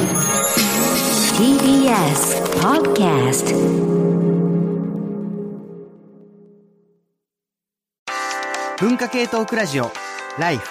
TBS Podcast 文化系トークラジオライフ。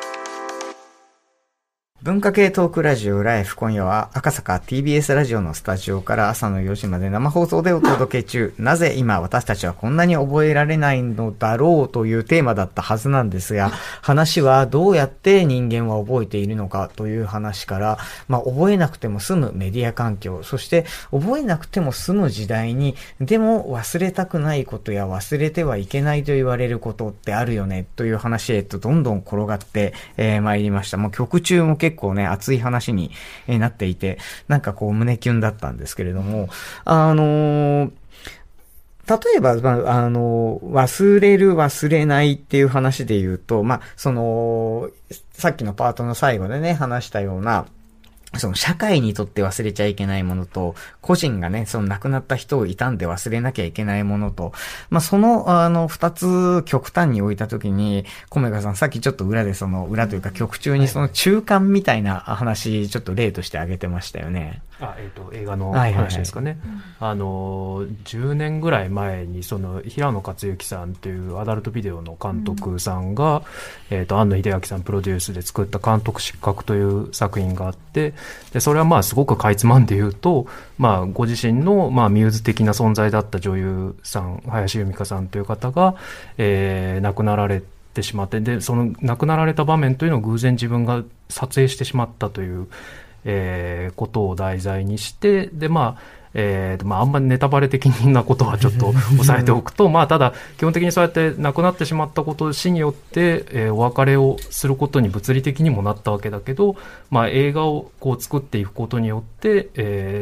文化系トークラジオライフ、今夜は赤坂 TBS ラジオのスタジオから朝の4時まで生放送でお届け中。なぜ今私たちはこんなに覚えられないのだろうというテーマだったはずなんですが、話はどうやって人間は覚えているのかという話から、覚えなくても済むメディア環境、そして覚えなくても済む時代に、でも忘れたくないことや忘れてはいけないと言われることってあるよねという話へとどんどん転がってまいりました。曲中も結構ね熱い話になっていて、なんかこう胸キュンだったんですけれども、例えば、忘れる忘れないっていう話で言うと、さっきのパートの最後でね話したような、その社会にとって忘れちゃいけないものと、個人がね、その亡くなった人を悼んで忘れなきゃいけないものと、その、二つ極端に置いたときに、米川さん、さっきちょっと裏というか曲中にその中間みたいな話、ちょっと例として挙げてましたよね。 映画の話ですかね。10年ぐらい前に、平野勝之さんというアダルトビデオの監督さんが、庵野秀明さんプロデュースで作った監督失格という作品があって、でそれはすごくかいつまんで言うと、ご自身のミューズ的な存在だった女優さん、林由美香さんという方が、亡くなられてしまって、でその亡くなられた場面というのを偶然自分が撮影してしまったという、ことを題材にして、であんまりネタバレ的なことはちょっと抑えておくとただ基本的にそうやって亡くなってしまったこと死によって、お別れをすることに物理的にもなったわけだけど、映画をこう作っていくことによって、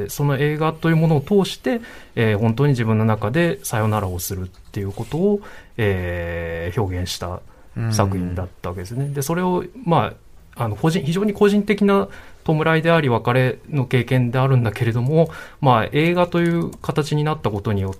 その映画というものを通して、本当に自分の中でさよならをするっていうことを、表現した作品だったわけですね。でそれを非常に個人的な弔いであり別れの経験であるんだけれども、映画という形になったことによって、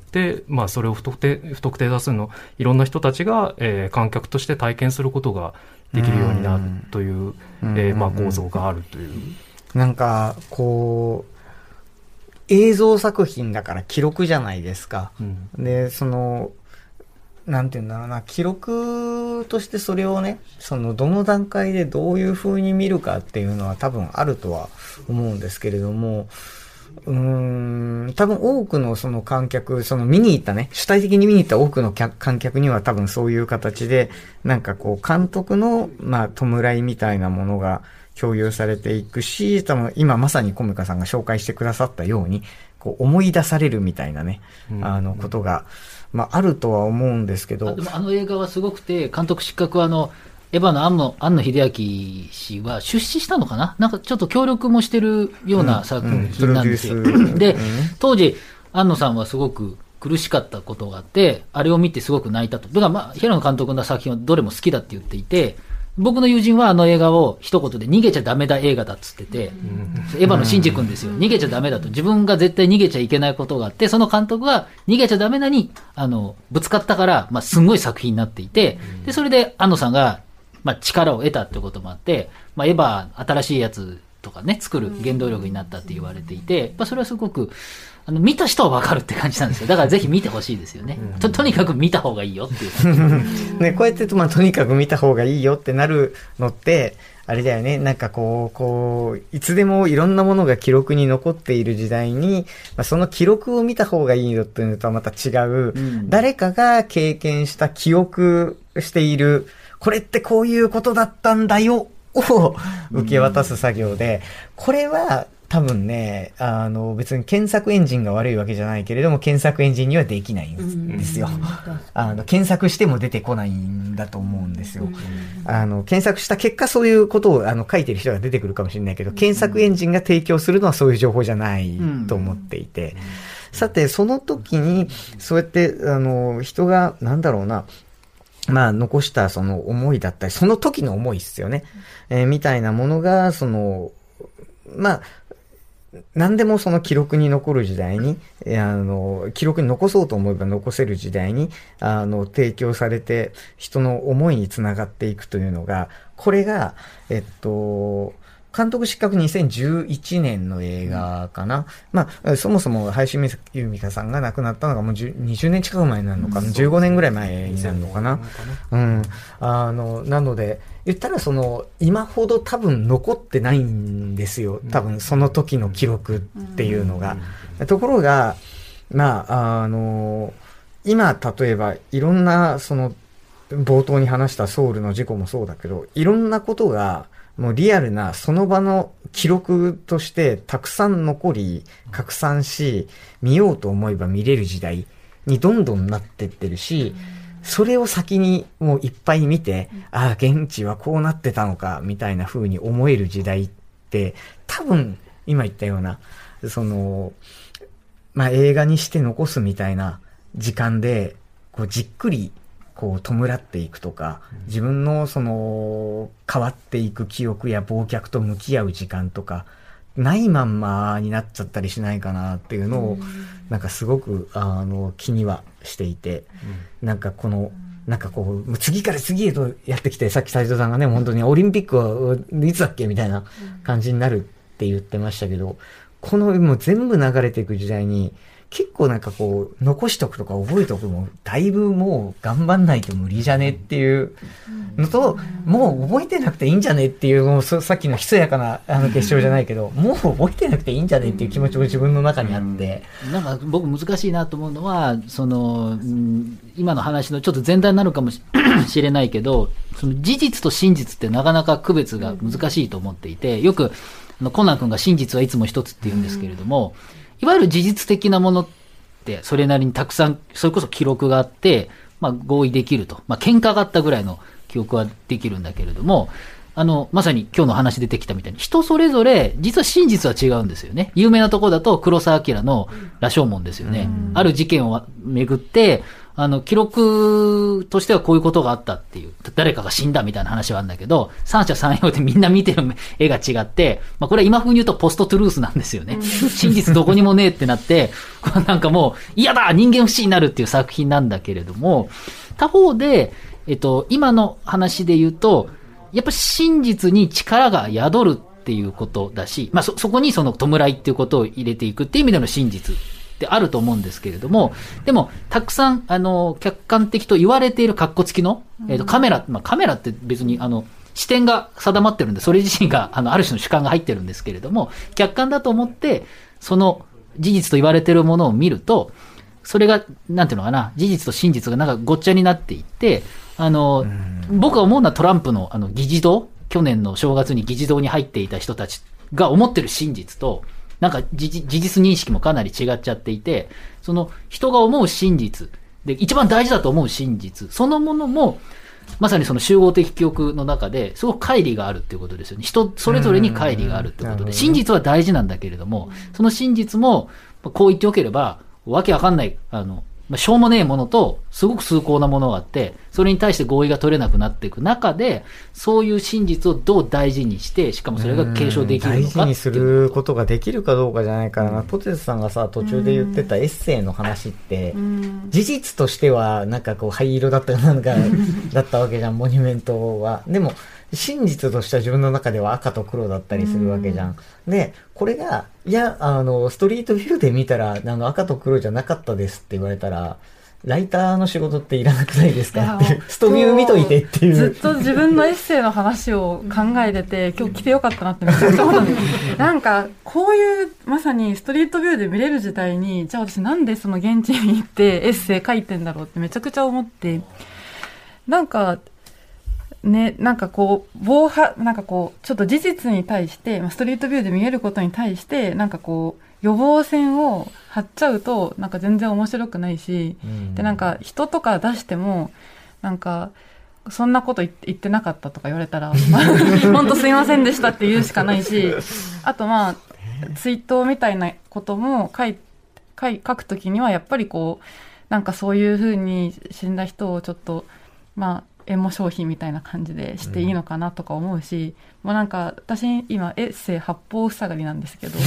それを不特定多数のいろんな人たちが、観客として体験することができるようになるという、構造があるという。 なんかこう映像作品だから記録じゃないですか。でなんていうんだろうな、記録としてそれをね、どの段階でどういう風に見るかっていうのは多分あるとは思うんですけれども、多分多くのその観客、見に行ったね、主体的に見に行った多くの観客には多分そういう形で、なんかこう監督の、弔いみたいなものが共有されていくし、多分今まさに小向さんが紹介してくださったように、こう思い出されるみたいなね、ことが、あるとは思うんですけど。 でも映画はすごくて、監督失格はエヴァの庵野秀明氏は出資したのかな、なんかちょっと協力もしてるような作品なんですよ。で、当時、庵野さんはすごく苦しかったことがあって、あれを見てすごく泣いたと。だから平野監督の作品はどれも好きだって言っていて、僕の友人は映画を一言で逃げちゃダメだ映画だっつってて、エヴァのシンジ君ですよ。逃げちゃダメだと。自分が絶対逃げちゃいけないことがあって、その監督は逃げちゃダメなに、ぶつかったから、すんごい作品になっていて、で、それで庵野さんが、力を得たってこともあって、エヴァ新しいやつとかね、作る原動力になったって言われていて、それはすごく、見た人は分かるって感じなんですよ。だからぜひ見てほしいですよね。とにかく見た方がいいよっていうね、こうやってとにかく見た方がいいよってなるのってあれだよね。なんかこういつでもいろんなものが記録に残っている時代に、その記録を見た方がいいよっていうのとはまた違う、誰かが経験した記憶している、これってこういうことだったんだよを受け渡す作業で、これは多分ね、別に検索エンジンが悪いわけじゃないけれども、検索エンジンにはできないんですよ。検索しても出てこないんだと思うんですよ。検索した結果そういうことを書いてる人が出てくるかもしれないけど、検索エンジンが提供するのはそういう情報じゃないと思っていて。さて、その時に、そうやって、人が、なんだろうな、残したその思いだったり、その時の思いですよね。みたいなものが、何でもその記録に残る時代に、記録に残そうと思えば残せる時代に、提供されて、人の思いにつながっていくというのが、これが、 監督失格2011年の映画かな。まあ、そもそも林由美香さんが亡くなったのがもう20年近く前になるのかな。15年ぐらい前になるのかな。うん。なので、言ったら今ほど多分残ってないんですよ。多分その時の記録っていうのが。ところが、まあ、今、例えば、いろんな、冒頭に話したソウルの事故もそうだけど、いろんなことが、もうリアルなその場の記録としてたくさん残り、拡散し、見ようと思えば見れる時代にどんどんなってってるし、それを先にもういっぱい見て、ああ、現地はこうなってたのか、みたいな風に思える時代って、多分、今言ったような、まあ、映画にして残すみたいな時間で、こう、じっくり、こう、弔っていくとか、自分の変わっていく記憶や忘却と向き合う時間とか、ないまんまになっちゃったりしないかなっていうのを、なんかすごく、気にはしていて、なんか次から次へとやってきて、さっき斉藤さんがね、本当にオリンピックはいつだっけみたいな感じになるって言ってましたけど、もう全部流れていく時代に、結構なんかこう、残しとくとか覚えとくも、だいぶもう頑張んないと無理じゃねっていうのと、もう覚えてなくていいんじゃねっていう、もうさっきのひそやかな結晶じゃないけど、もう覚えてなくていいんじゃねっていう気持ちも自分の中にあって。 なんか僕難しいなと思うのは、今の話のちょっと前段になるかもしれないけど、事実と真実ってなかなか区別が難しいと思っていて、よくコナン君が真実はいつも一つって言うんですけれども、いわゆる事実的なものってそれなりにたくさん、それこそ記録があって、まあ合意できると。まあ喧嘩があったぐらいの記憶はできるんだけれども、まさに今日の話出てきたみたいに、人それぞれ実は真実は違うんですよね。有名なところだと黒澤明の羅生門ですよね。ある事件をめぐって、記録としてはこういうことがあったっていう、誰かが死んだみたいな話はあるんだけど、三者三様でみんな見てる絵が違って、まあこれは今風に言うとポストトゥルースなんですよね。真実どこにもねえってなって、なんかもう嫌だ人間不信になるっていう作品なんだけれども、他方で、今の話で言うと、やっぱ真実に力が宿るっていうことだし、まあそこに弔いっていうことを入れていくっていう意味での真実。ってあると思うんですけれども、でも、たくさん、客観的と言われているカッコ付きの、カメラ、まあ、カメラって別に、視点が定まってるんで、それ自身が、ある種の主観が入ってるんですけれども、客観だと思って、その事実と言われているものを見ると、それが、なんていうのかな、事実と真実がなんかごっちゃになっていって、僕が思うのはトランプの、議事堂、去年の正月に議事堂に入っていた人たちが思ってる真実と、なんか事実認識もかなり違っちゃっていて、その人が思う真実で一番大事だと思う真実そのものもまさにその集合的記憶の中ですごく乖離があるっていうことですよね。人それぞれに乖離があるってことで、真実は大事なんだけれども、その真実もこう言っておければわけわかんないしょうもねえものとすごく崇高なものがあって、それに対して合意が取れなくなっていく中で、そういう真実をどう大事にして、しかもそれが継承できるのかっていう、 大事にすることができるかどうかじゃないからな。ポテトさんがさ途中で言ってたエッセイの話って、事実としてはなんかこう灰色だったなんかだったわけじゃん、モニュメントは。でも真実としては自分の中では赤と黒だったりするわけじゃん。で、これが、いや、ストリートビューで見たら、赤と黒じゃなかったですって言われたら、ライターの仕事っていらなくないですかっていう、ストビュー見といてっていう。 ずっと自分のエッセイの話を考えてて、今日来てよかったなってめちゃくちゃ思ったんです。なんか、こういう、まさにストリートビューで見れる時代に、じゃあ私なんでその現地に行ってエッセイ書いてんだろうってめちゃくちゃ思って、なんか、ね、なんかこう、なんかこう、ちょっと事実に対して、ストリートビューで見えることに対して、なんかこう、予防線を張っちゃうと、なんか全然面白くないし、で、なんか人とか出しても、なんか、そんなこと言ってなかったとか言われたら、本当すいませんでしたって言うしかないし、あとまあ、追悼みたいなことも書くときには、やっぱりこう、なんかそういうふうに死んだ人をちょっと、まあ、 エモ消費みたいな感じでしていいのかなとか思うし、もうなんか私今エッセイ八方塞がりなんですけど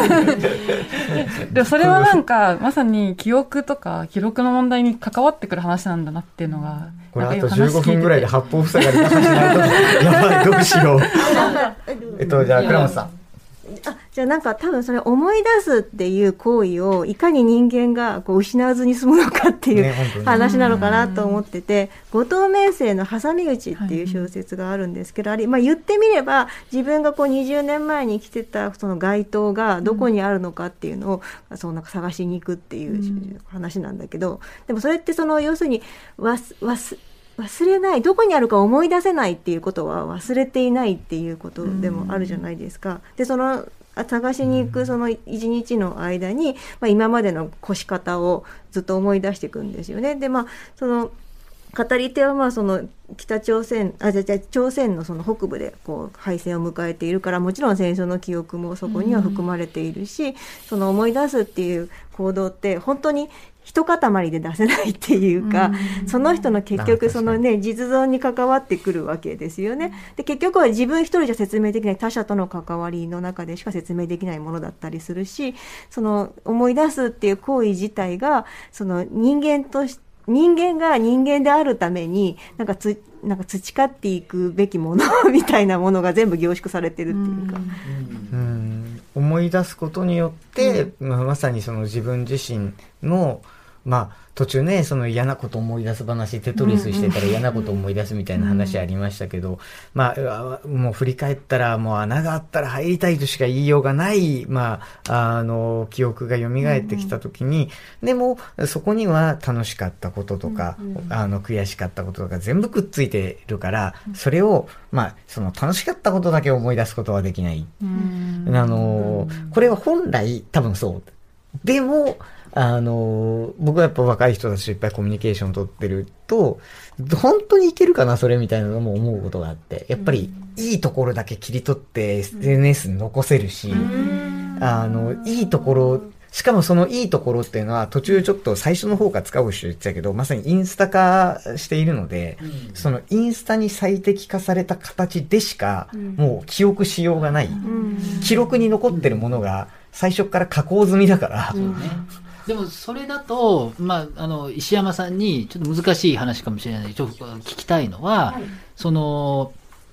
でもそれはなんかまさに記憶とか記録の問題に関わってくる話なんだなっていうのが、 これあと15分ぐらいで八方塞がりの話になるとやばい、どうしようじゃあ倉本さん。 じゃあなんか多分それ思い出すっていう行為をいかに人間がこう失わずに済むのかっていう話なのかなと思ってて、後藤明生の挟み撃ちっていう小説があるんですけど、あれ、言ってみれば自分がこう20年前に生きてたその街灯がどこにあるのかっていうのをそうなんか探しに行くっていう話なんだけど、でもそれってその要するに忘れない、どこにあるか思い出せないっていうことは忘れていないっていうことでもあるじゃないですか。でその探しに行くその一日の間に、今までの越し方をずっと思い出していくんですよね。でその語り手はその朝鮮のその北部でこう敗戦を迎えているから、もちろん戦争の記憶もそこには含まれているし、その思い出すっていう行動って本当に一塊で出せないっていうか、その人の結局そのね実存に関わってくるわけですよね。で結局は自分一人じゃ説明できない他者との関わりの中でしか説明できないものだったりするし、その思い出すっていう行為自体がその人間が人間であるためになんか培っていくべきものみたいなものが全部凝縮されてるっていうか、 思い出すことによって、まさにその自分自身の途中ね、その嫌なことを思い出す話、テトリスしてたら嫌なことを思い出すみたいな話ありましたけど、もう振り返ったらもう穴があったら入りたいとしか言いようがない、記憶が蘇ってきた時に、でもそこには楽しかったこととか、悔しかったこととか全部くっついてるから、それをその楽しかったことだけ思い出すことはできない。これは本来多分そう。でも僕はやっぱ若い人たちといっぱいコミュニケーションを取ってると、本当にいけるかなそれみたいなのも思うことがあって、やっぱりいいところだけ切り取って SNS に残せるし、いいところ、しかもそのいいところっていうのは途中ちょっと最初の方から塚越言ってたけど、まさにインスタ化しているので、そのインスタに最適化された形でしかもう記憶しようがない、記録に残ってるものが最初から加工済みだから、 でもそれだと、石山さんにちょっと難しい話かもしれない。ちょっと聞きたいのは、その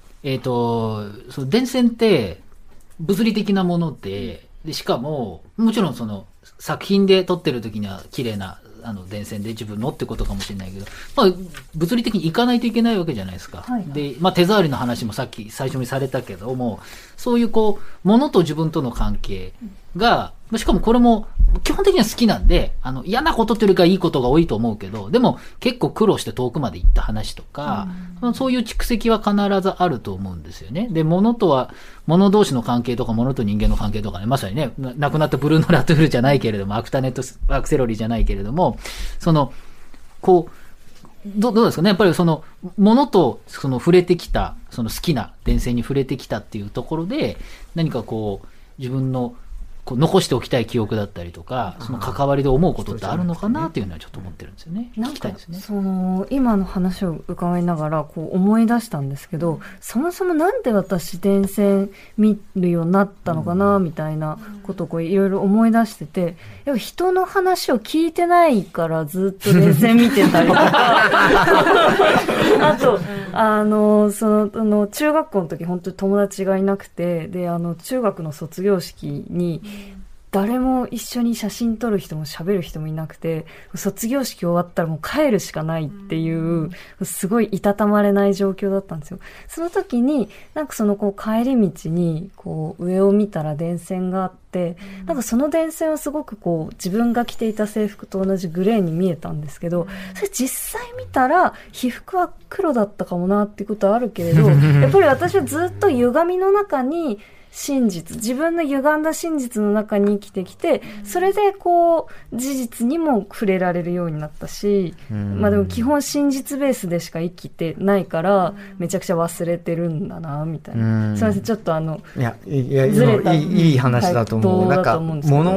電線って物理的なもので、しかももちろんその作品で撮ってる時には綺麗な電線で自分のってことかもしれないけど、物理的に行かないといけないわけじゃないですか。で、手触りの話もさっき最初にされたけども、そういう物と自分との関係が、しかもこれも基本的には好きなんで、嫌なことっていうよりかいいことが多いと思うけど、でも結構苦労して遠くまで行った話とか、そういう蓄積は必ずあると思うんですよね。で、物同士の関係とか物と人間の関係とかね、まさにね、亡くなったブルーノ・ラトゥールじゃないけれども、アクタネット・アクセロリーじゃないけれども、どうですかね、やっぱり物と触れてきた、好きな電線に触れてきたっていうところで、何か自分の残しておきたい記憶だったりとか、その関わりで思うことってあるのかなっていうのはちょっと思ってるんですよね。聞きたいですね。 今の話を伺いながら思い出したんですけど、そもそもなんで私電線見るようになったのかなみたいなことをいろいろ思い出してて、やっぱ人の話を聞いてないからずっと電線見てたりとかあと中学校の時本当に友達がいなくて、で中学の卒業式に誰も一緒に写真撮る人も喋る人もいなくて、卒業式終わったらもう帰るしかないっていう、すごいいたたまれない状況だったんですよ。その時になんか帰り道に上を見たら電線があって、なんかその電線はすごく自分が着ていた制服と同じグレーに見えたんですけど、それ実際見たら被服は黒だったかもなっていうことはあるけれど、やっぱり私はずっと歪みの中に自分の歪んだ真実の中に生きてきて、それで事実にも触れられるようになったし、でも基本真実ベースでしか生きてないから、めちゃくちゃ忘れてるんだなみたいな。すみません、ちょっとずれたいい話だと思う。なんか物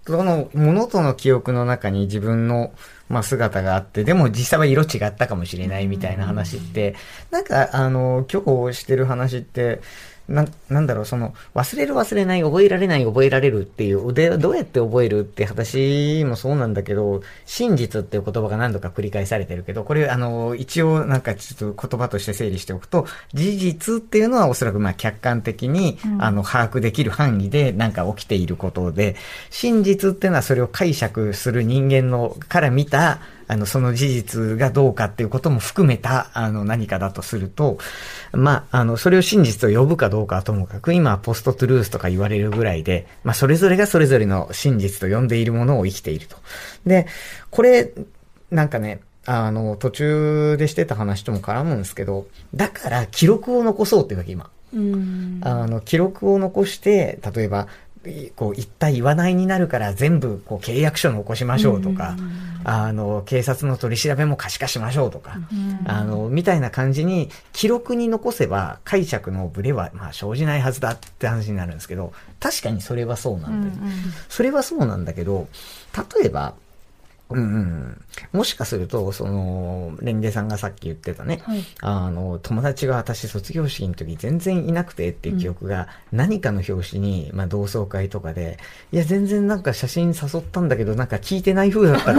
その物との記憶の中に自分の、まあ、姿があって、でも実際は色違ったかもしれないみたいな話って、なんか、今日してる話って、なんだろう、忘れる忘れない、覚えられない、覚えられるっていう、で、どうやって覚えるって話もそうなんだけど、真実っていう言葉が何度か繰り返されてるけど、これ、一応なんかちょっと言葉として整理しておくと、事実っていうのはおそらくまあ客観的に、把握できる範囲でなんか起きていることで、真実っていうのはそれを解釈する人間のから見た、その事実がどうかっていうことも含めた、何かだとすると、まあ、それを真実と呼ぶかどうかはともかく、今はポストトゥルースとか言われるぐらいで、まあ、それぞれがそれぞれの真実と呼んでいるものを生きていると。で、これ、なんかね、途中でしてた話とも絡むんですけど、だから記録を残そうっていうわけ、今。記録を残して、例えば、こう一体言わないになるから全部こう契約書に起こしましょうとか、警察の取り調べも可視化しましょうとか、みたいな感じに記録に残せば解釈のブレはまあ生じないはずだって話になるんですけど、確かにそれはそうなんだよ。それはそうなんだけど、例えば、もしかすると、レンゲさんがさっき言ってたね、友達が私卒業式の時全然いなくてっていう記憶が、何かの表紙に、まあ同窓会とかで、いや全然なんか写真誘ったんだけど、なんか聞いてない風だったから、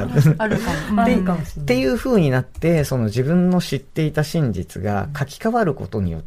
あるかも。 っていう風になって、自分の知っていた真実が書き換わることによって、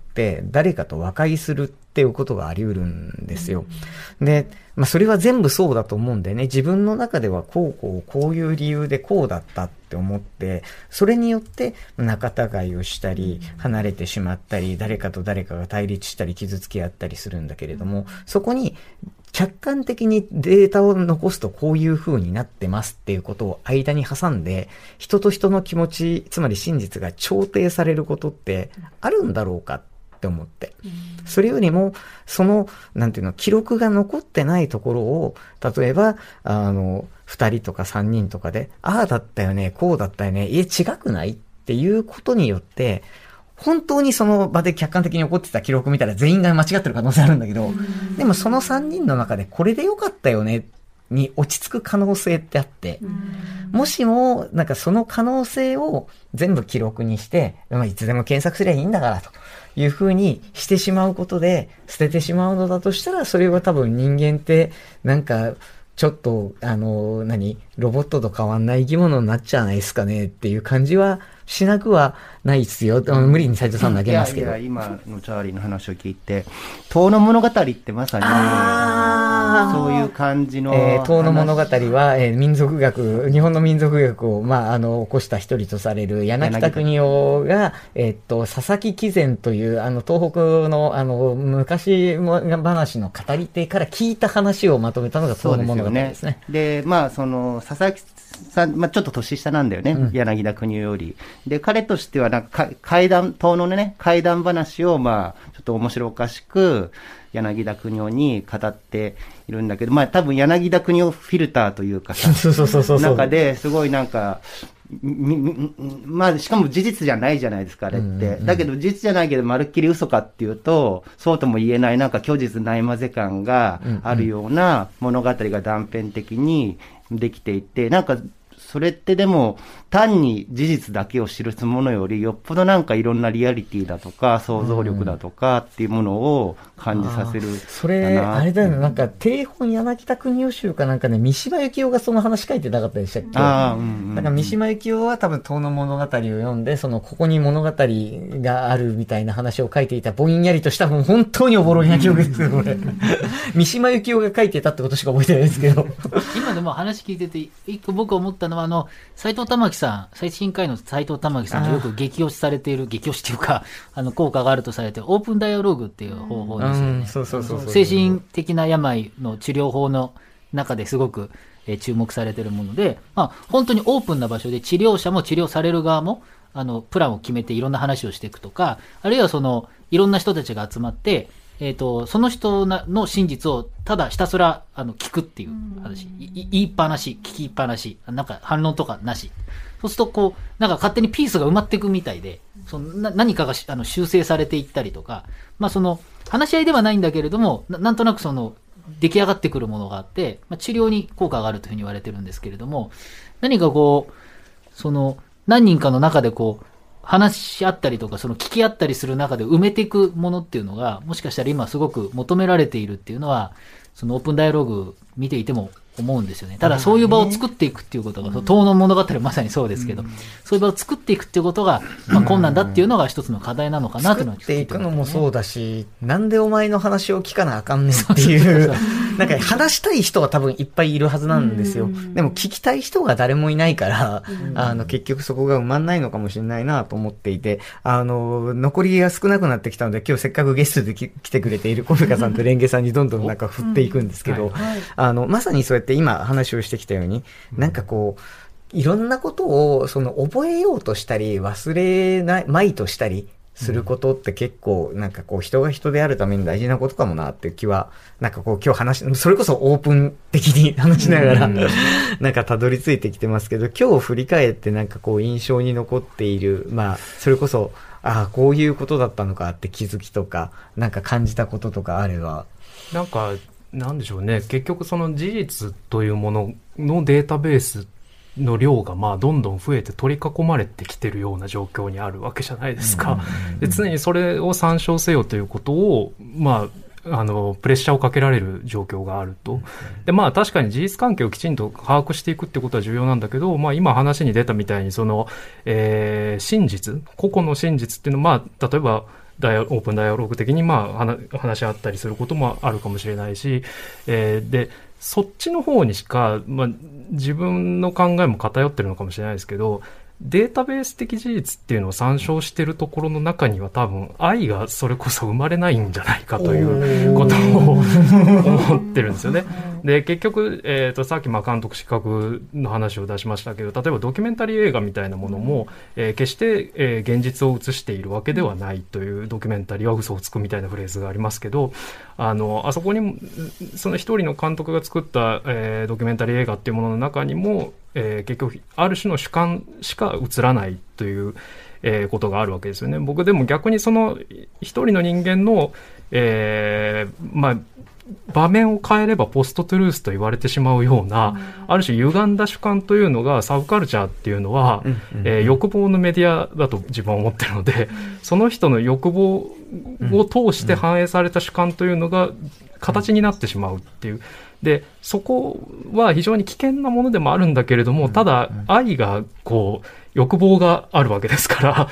誰かと和解するっていうことがあり得るんですよ。で、まあそれは全部そうだと思うんでね、自分の中ではこういう理由でこうだったって思って、それによって仲違いをしたり、離れてしまったり、誰かと誰かが対立したり傷つけ合ったりするんだけれども、そこに客観的にデータを残すとこういう風になってますっていうことを間に挟んで、人と人の気持ち、つまり真実が調停されることってあるんだろうかって思って。それよりも、なんていうの、記録が残ってないところを、例えば、2人とか3人とかで、ああだったよね、こうだったよね、違くないっていうことによって、本当にその場で客観的に起こってた記録見たら全員が間違ってる可能性あるんだけど、でもその3人の中でこれでよかったよねに落ち着く可能性ってあって、もしも、なんかその可能性を全部記録にして、まあ、いつでも検索すればいいんだからというふうにしてしまうことで捨ててしまうのだとしたら、それは多分人間ってなんかちょっとロボットと変わんない生き物になっちゃわないですかねっていう感じはしなくはないですよ。無理に斉藤さん投げますけど。 いや今のチャーリーの話を聞いて、遠野物語ってまさにそういう感じの。 遠野物語は、民族学、日本の民族学を、まあ、起こした一人とされる柳田国夫が、佐々木貴前という、東北の、昔話の語り手から聞いた話をまとめたのが遠野物語ですね。 で、まあ、佐々木さん、まあ、ちょっと年下なんだよね。柳田国夫より。で、彼としては、なんか、遠野のね、怪談話を、まあ、ちょっと面白おかしく、柳田国夫に語っているんだけど、まあ、多分柳田国夫フィルターというかさ、中ですごいなんか、まあ、しかも事実じゃないじゃないですか、あれって。だけど、事実じゃないけど、まるっきり嘘かっていうと、そうとも言えない、なんか虚実ないまぜ感があるような物語が断片的にできていて、なんか、それってでも単に事実だけを記すものよりよっぽどなんかいろんなリアリティだとか想像力だとかっていうものを感じさせる。 それ、あれだよね、なんか定本柳田国夫集かなんかね、三島由紀夫がその話書いてなかったでしたっけ？だから三島由紀夫は多分遠野物語を読んで、ここに物語があるみたいな話を書いていたぼんやりとしたもう本当におぼろげな記憶ですよ、これ。三島由紀夫が書いてたってことしか覚えてないですけど。 今でも話聞いてて、一個僕思ったのは斉藤玉樹さん、最新回の斉藤玉樹さんがよく激推しされている、激推しっていうか、効果があるとされているオープンダイアローグっていう方法ですよね。精神的な病の治療法の中ですごく、注目されているもので、まあ、本当にオープンな場所で治療者も治療される側も、プランを決めていろんな話をしていくとか、あるいはいろんな人たちが集まって、その人の真実をただひたすら聞くっていう話、言いっぱなし、聞きっぱなし、なんか反論とかなし。そうするとなんか勝手にピースが埋まっていくみたいで、何かが修正されていったりとか、まあ話し合いではないんだけれども、なんとなく出来上がってくるものがあって、治療に効果があるというふうに言われてるんですけれども、何か何人かの中で話し合ったりとか、聞き合ったりする中で埋めていくものっていうのが、もしかしたら今すごく求められているっていうのは、オープンダイアログ見ていても思うんですよね。ただそういう場を作っていくっていうことが、遠野物語はまさにそうですけど、そういう場を作っていくっていうことが、困難だっていうのが一つの課題なのかなというのは、 作っていくのもそうだし、なんでお前の話を聞かなあかんねんっていう、なんか話したい人は多分いっぱいいるはずなんですよ。でも聞きたい人が誰もいないから、結局そこが埋まんないのかもしれないなと思っていて、残りが少なくなってきたので、今日せっかくゲストで来てくれている小深さんとレンゲさんにどんどんなんか振っていくんですけど、まさにそうやって今話をしてきたように、なんかいろんなことを覚えようとしたり忘れないまいとしたりすることって結構なんか人が人であるために大事なことかもなっていう気は、なんか今日それこそオープン的に話しながらなんかたどり着いてきてますけど、今日振り返ってなんか印象に残っている、それこそこういうことだったのかって気づきとかなんか感じたこととかあれば。 なんかなんでしょうね、結局その事実というもののデータベースの量がどんどん増えて取り囲まれてきてるような状況にあるわけじゃないですか。で常にそれを参照せよということをプレッシャーをかけられる状況があると。で確かに事実関係をきちんと把握していくってことは重要なんだけど、今話に出たみたいに真実、個々の真実っていうのは例えばオープンダイアログ的に話し合ったりすることもあるかもしれないし、でそっちの方にしか、自分の考えも偏ってるのかもしれないですけど、データベース的事実っていうのを参照しているところの中には多分愛がそれこそ生まれないんじゃないかということを思ってるんですよね。で結局、さっき監督資格の話を出しましたけど、例えばドキュメンタリー映画みたいなものも、決して、現実を映しているわけではないという、ドキュメンタリーは嘘をつくみたいなフレーズがありますけど、あそこにもその一人の監督が作った、ドキュメンタリー映画っていうものの中にも、結局ある種の主観しか映らないという、ことがあるわけですよね。僕でも逆にその一人の人間の、場面を変えればポストトゥルースと言われてしまうような、ある種歪んだ主観というのが、サブカルチャーっていうのは、欲望のメディアだと自分は思ってるので、その人の欲望を通して反映された主観というのが形になってしまうっていう。でそこは非常に危険なものでもあるんだけれども、ただ愛が欲望があるわけですから、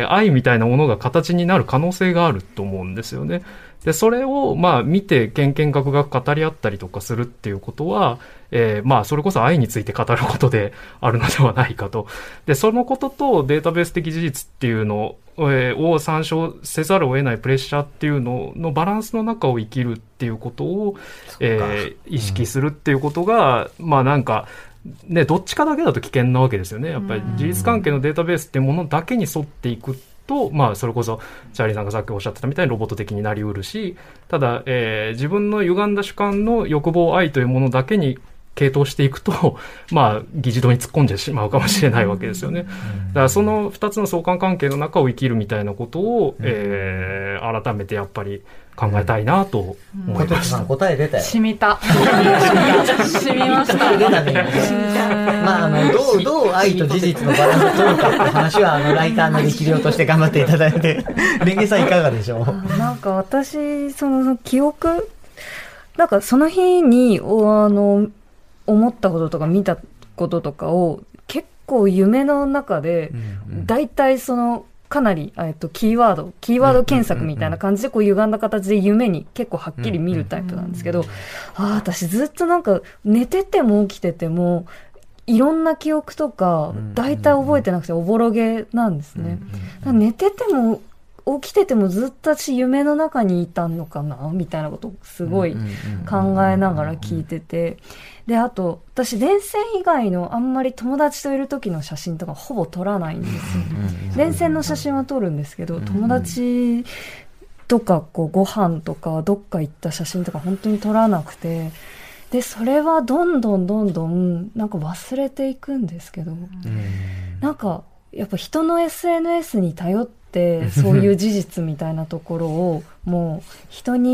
愛みたいなものが形になる可能性があると思うんですよね。でそれを見てけんけんがくがく語り合ったりとかするっていうことは、それこそ愛について語ることであるのではないかと。でそのこととデータベース的事実っていうのを参照せざるを得ないプレッシャーっていうののバランスの中を生きるっていうことを、意識するっていうことが、なんかね、どっちかだけだと危険なわけですよね。やっぱり事実関係のデータベースっていうものだけに沿っていくと、それこそチャーリーさんがさっきおっしゃってたみたいにロボット的になりうるし、ただ、自分の歪んだ主観の欲望愛というものだけに傾倒していくと、議事堂に突っ込んでしまうかもしれないわけですよね。だからその2つの相関関係の中を生きるみたいなことを、改めてやっぱり考えたいなと思いました。 答え出たよ。 染みた。染みました。 出たね。どう愛と事実のバランスを取るかっていう話は、ライターの力量として頑張っていただいて、レンゲさんいかがでしょう？ なんか私、その記憶、なんかその日に、思ったこととか見たこととかを結構夢の中で、だいたいかなり、キーワード検索みたいな感じで歪んだ形で夢に結構はっきり見るタイプなんですけど、私ずっとなんか寝てても起きててもいろんな記憶とかだいたい覚えてなくておぼろげなんですね。寝てても起きててもずっと私夢の中にいたのかなみたいなことをすごい考えながら聞いてて、であと私電線以外のあんまり友達といる時の写真とかほぼ撮らないんですよ。電線の写真は撮るんですけど、友達とかご飯とかどっか行った写真とか本当に撮らなくて、でそれはどんどんなんか忘れていくんですけど、なんかやっぱ人の SNS に頼ってそういう事実みたいなところをもう人に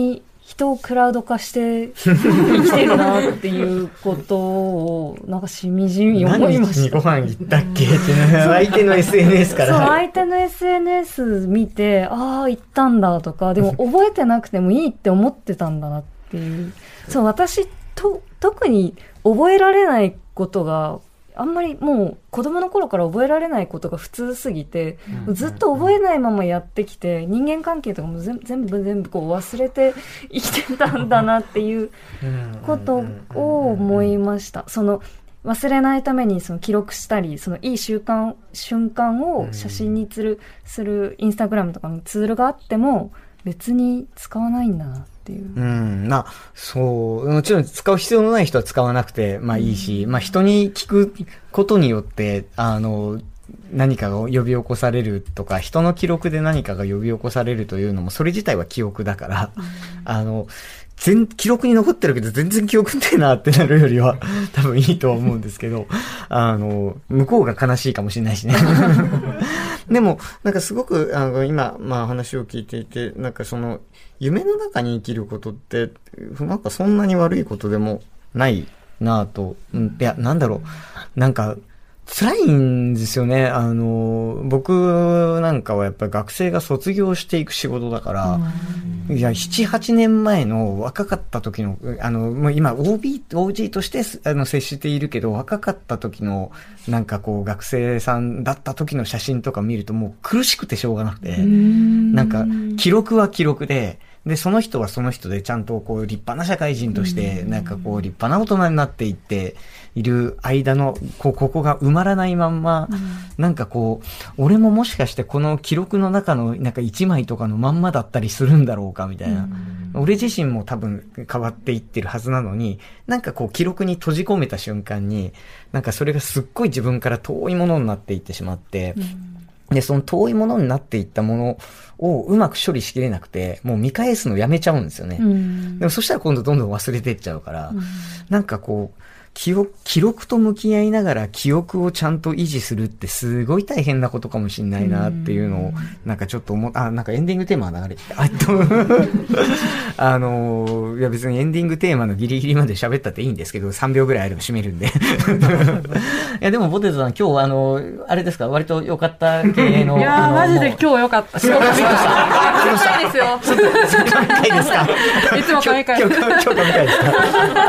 人をクラウド化して生きてるなっていうことをなんかしみじみ思いました。 何日にご飯行ったっけって相手の SNS から。 そう、相手の SNS 見て、ああ、行ったんだとか、でも覚えてなくてもいいって思ってたんだなっていう。そう、私特に覚えられないことが、あんまりもう子供の頃から覚えられないことが普通すぎて、ずっと覚えないままやってきて、人間関係とかも全部こう忘れて生きてたんだなっていうことを思いました。その忘れないためにその記録したり、そのいい瞬間を写真にするインスタグラムとかのツールがあっても別に使わないんだなっていう。 そう。もちろん使う必要のない人は使わなくて、まあいいし、人に聞くことによって、何かが呼び起こされるとか、人の記録で何かが呼び起こされるというのも、それ自体は記憶だから、記録に残ってるけど全然記憶ってなってなるよりは多分いいとは思うんですけど、向こうが悲しいかもしれないしね。でも、なんかすごく、今、話を聞いていて、なんかその、夢の中に生きることって、なんかそんなに悪いことでもないなぁと、いや、なんだろう、なんか、辛いんですよね。僕なんかはやっぱり学生が卒業していく仕事だから、いや、7、8年前の若かった時の、もう今 OG として接しているけど、若かった時の、なんかこう学生さんだった時の写真とか見るともう苦しくてしょうがなくて、なんか記録は記録で、その人はその人でちゃんとこう立派な社会人として、なんかこう立派な大人になっていっている間の、ここが埋まらないまんま、なんかこう、俺ももしかしてこの記録の中のなんか一枚とかのまんまだったりするんだろうかみたいな。俺自身も多分変わっていってるはずなのに、なんかこう記録に閉じ込めた瞬間に、なんかそれがすっごい自分から遠いものになっていってしまって、で、その遠いものになっていったものをうまく処理しきれなくて、もう見返すのやめちゃうんですよね。でもそしたら今度どんどん忘れていっちゃうから、なんかこう、記録と向き合いながら記憶をちゃんと維持するってすごい大変なことかもしれないなっていうのを、なんかちょっとなんかエンディングテーマが流れてきた。いや別にエンディングテーマのギリギリまで喋ったっていいんですけど、3秒ぐらいあれば締めるんで。いやでもポテトさん今日あれですか、割と良かった系の。 いやマジで今日良かった。仕事しました。いいですよ。 神回ですか。 いつも神回。 今日神回ですか。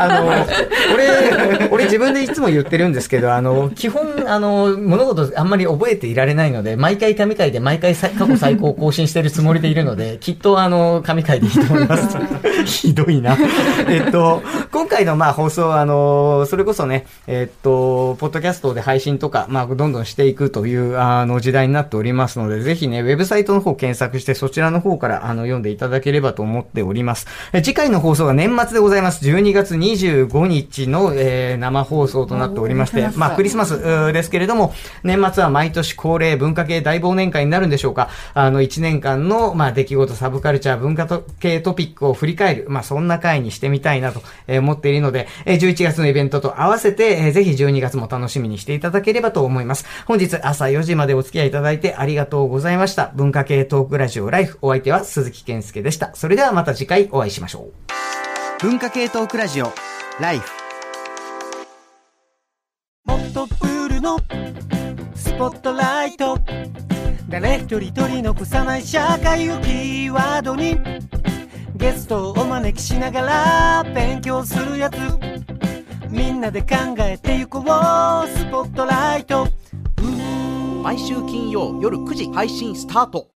俺自分でいつも言ってるんですけど、基本、物事あんまり覚えていられないので、毎回神回で毎回過去最高を更新してるつもりでいるので、きっと神回でいいと思います。ひどいな。今回の放送、それこそね、ポッドキャストで配信とか、どんどんしていくという、時代になっておりますので、ぜひね、ウェブサイトの方検索して、そちらの方から、読んでいただければと思っております。次回の放送が年末でございます。12月25日の、生放送となっておりまして、クリスマスですけれども、年末は毎年恒例文化系大忘年会になるんでしょうか。1年間の、出来事、サブカルチャー、文化系トピックを振り返る、そんな回にしてみたいなと思っているので、11月のイベントと合わせて、ぜひ12月も楽しみにしていただければと思います。本日朝4時までお付き合いいただいてありがとうございました。文化系トークラジオライフ、お相手は鈴木健介でした。それではまた次回お会いしましょう。文化系トークラジオライフ。 もっとプールのスポットライト、誰一人取り残さない社会をキーワードに、ゲストをお招きしながら勉強するやつ、みんなで考えてゆこうスポットライト。 毎週金曜夜9時配信スタート。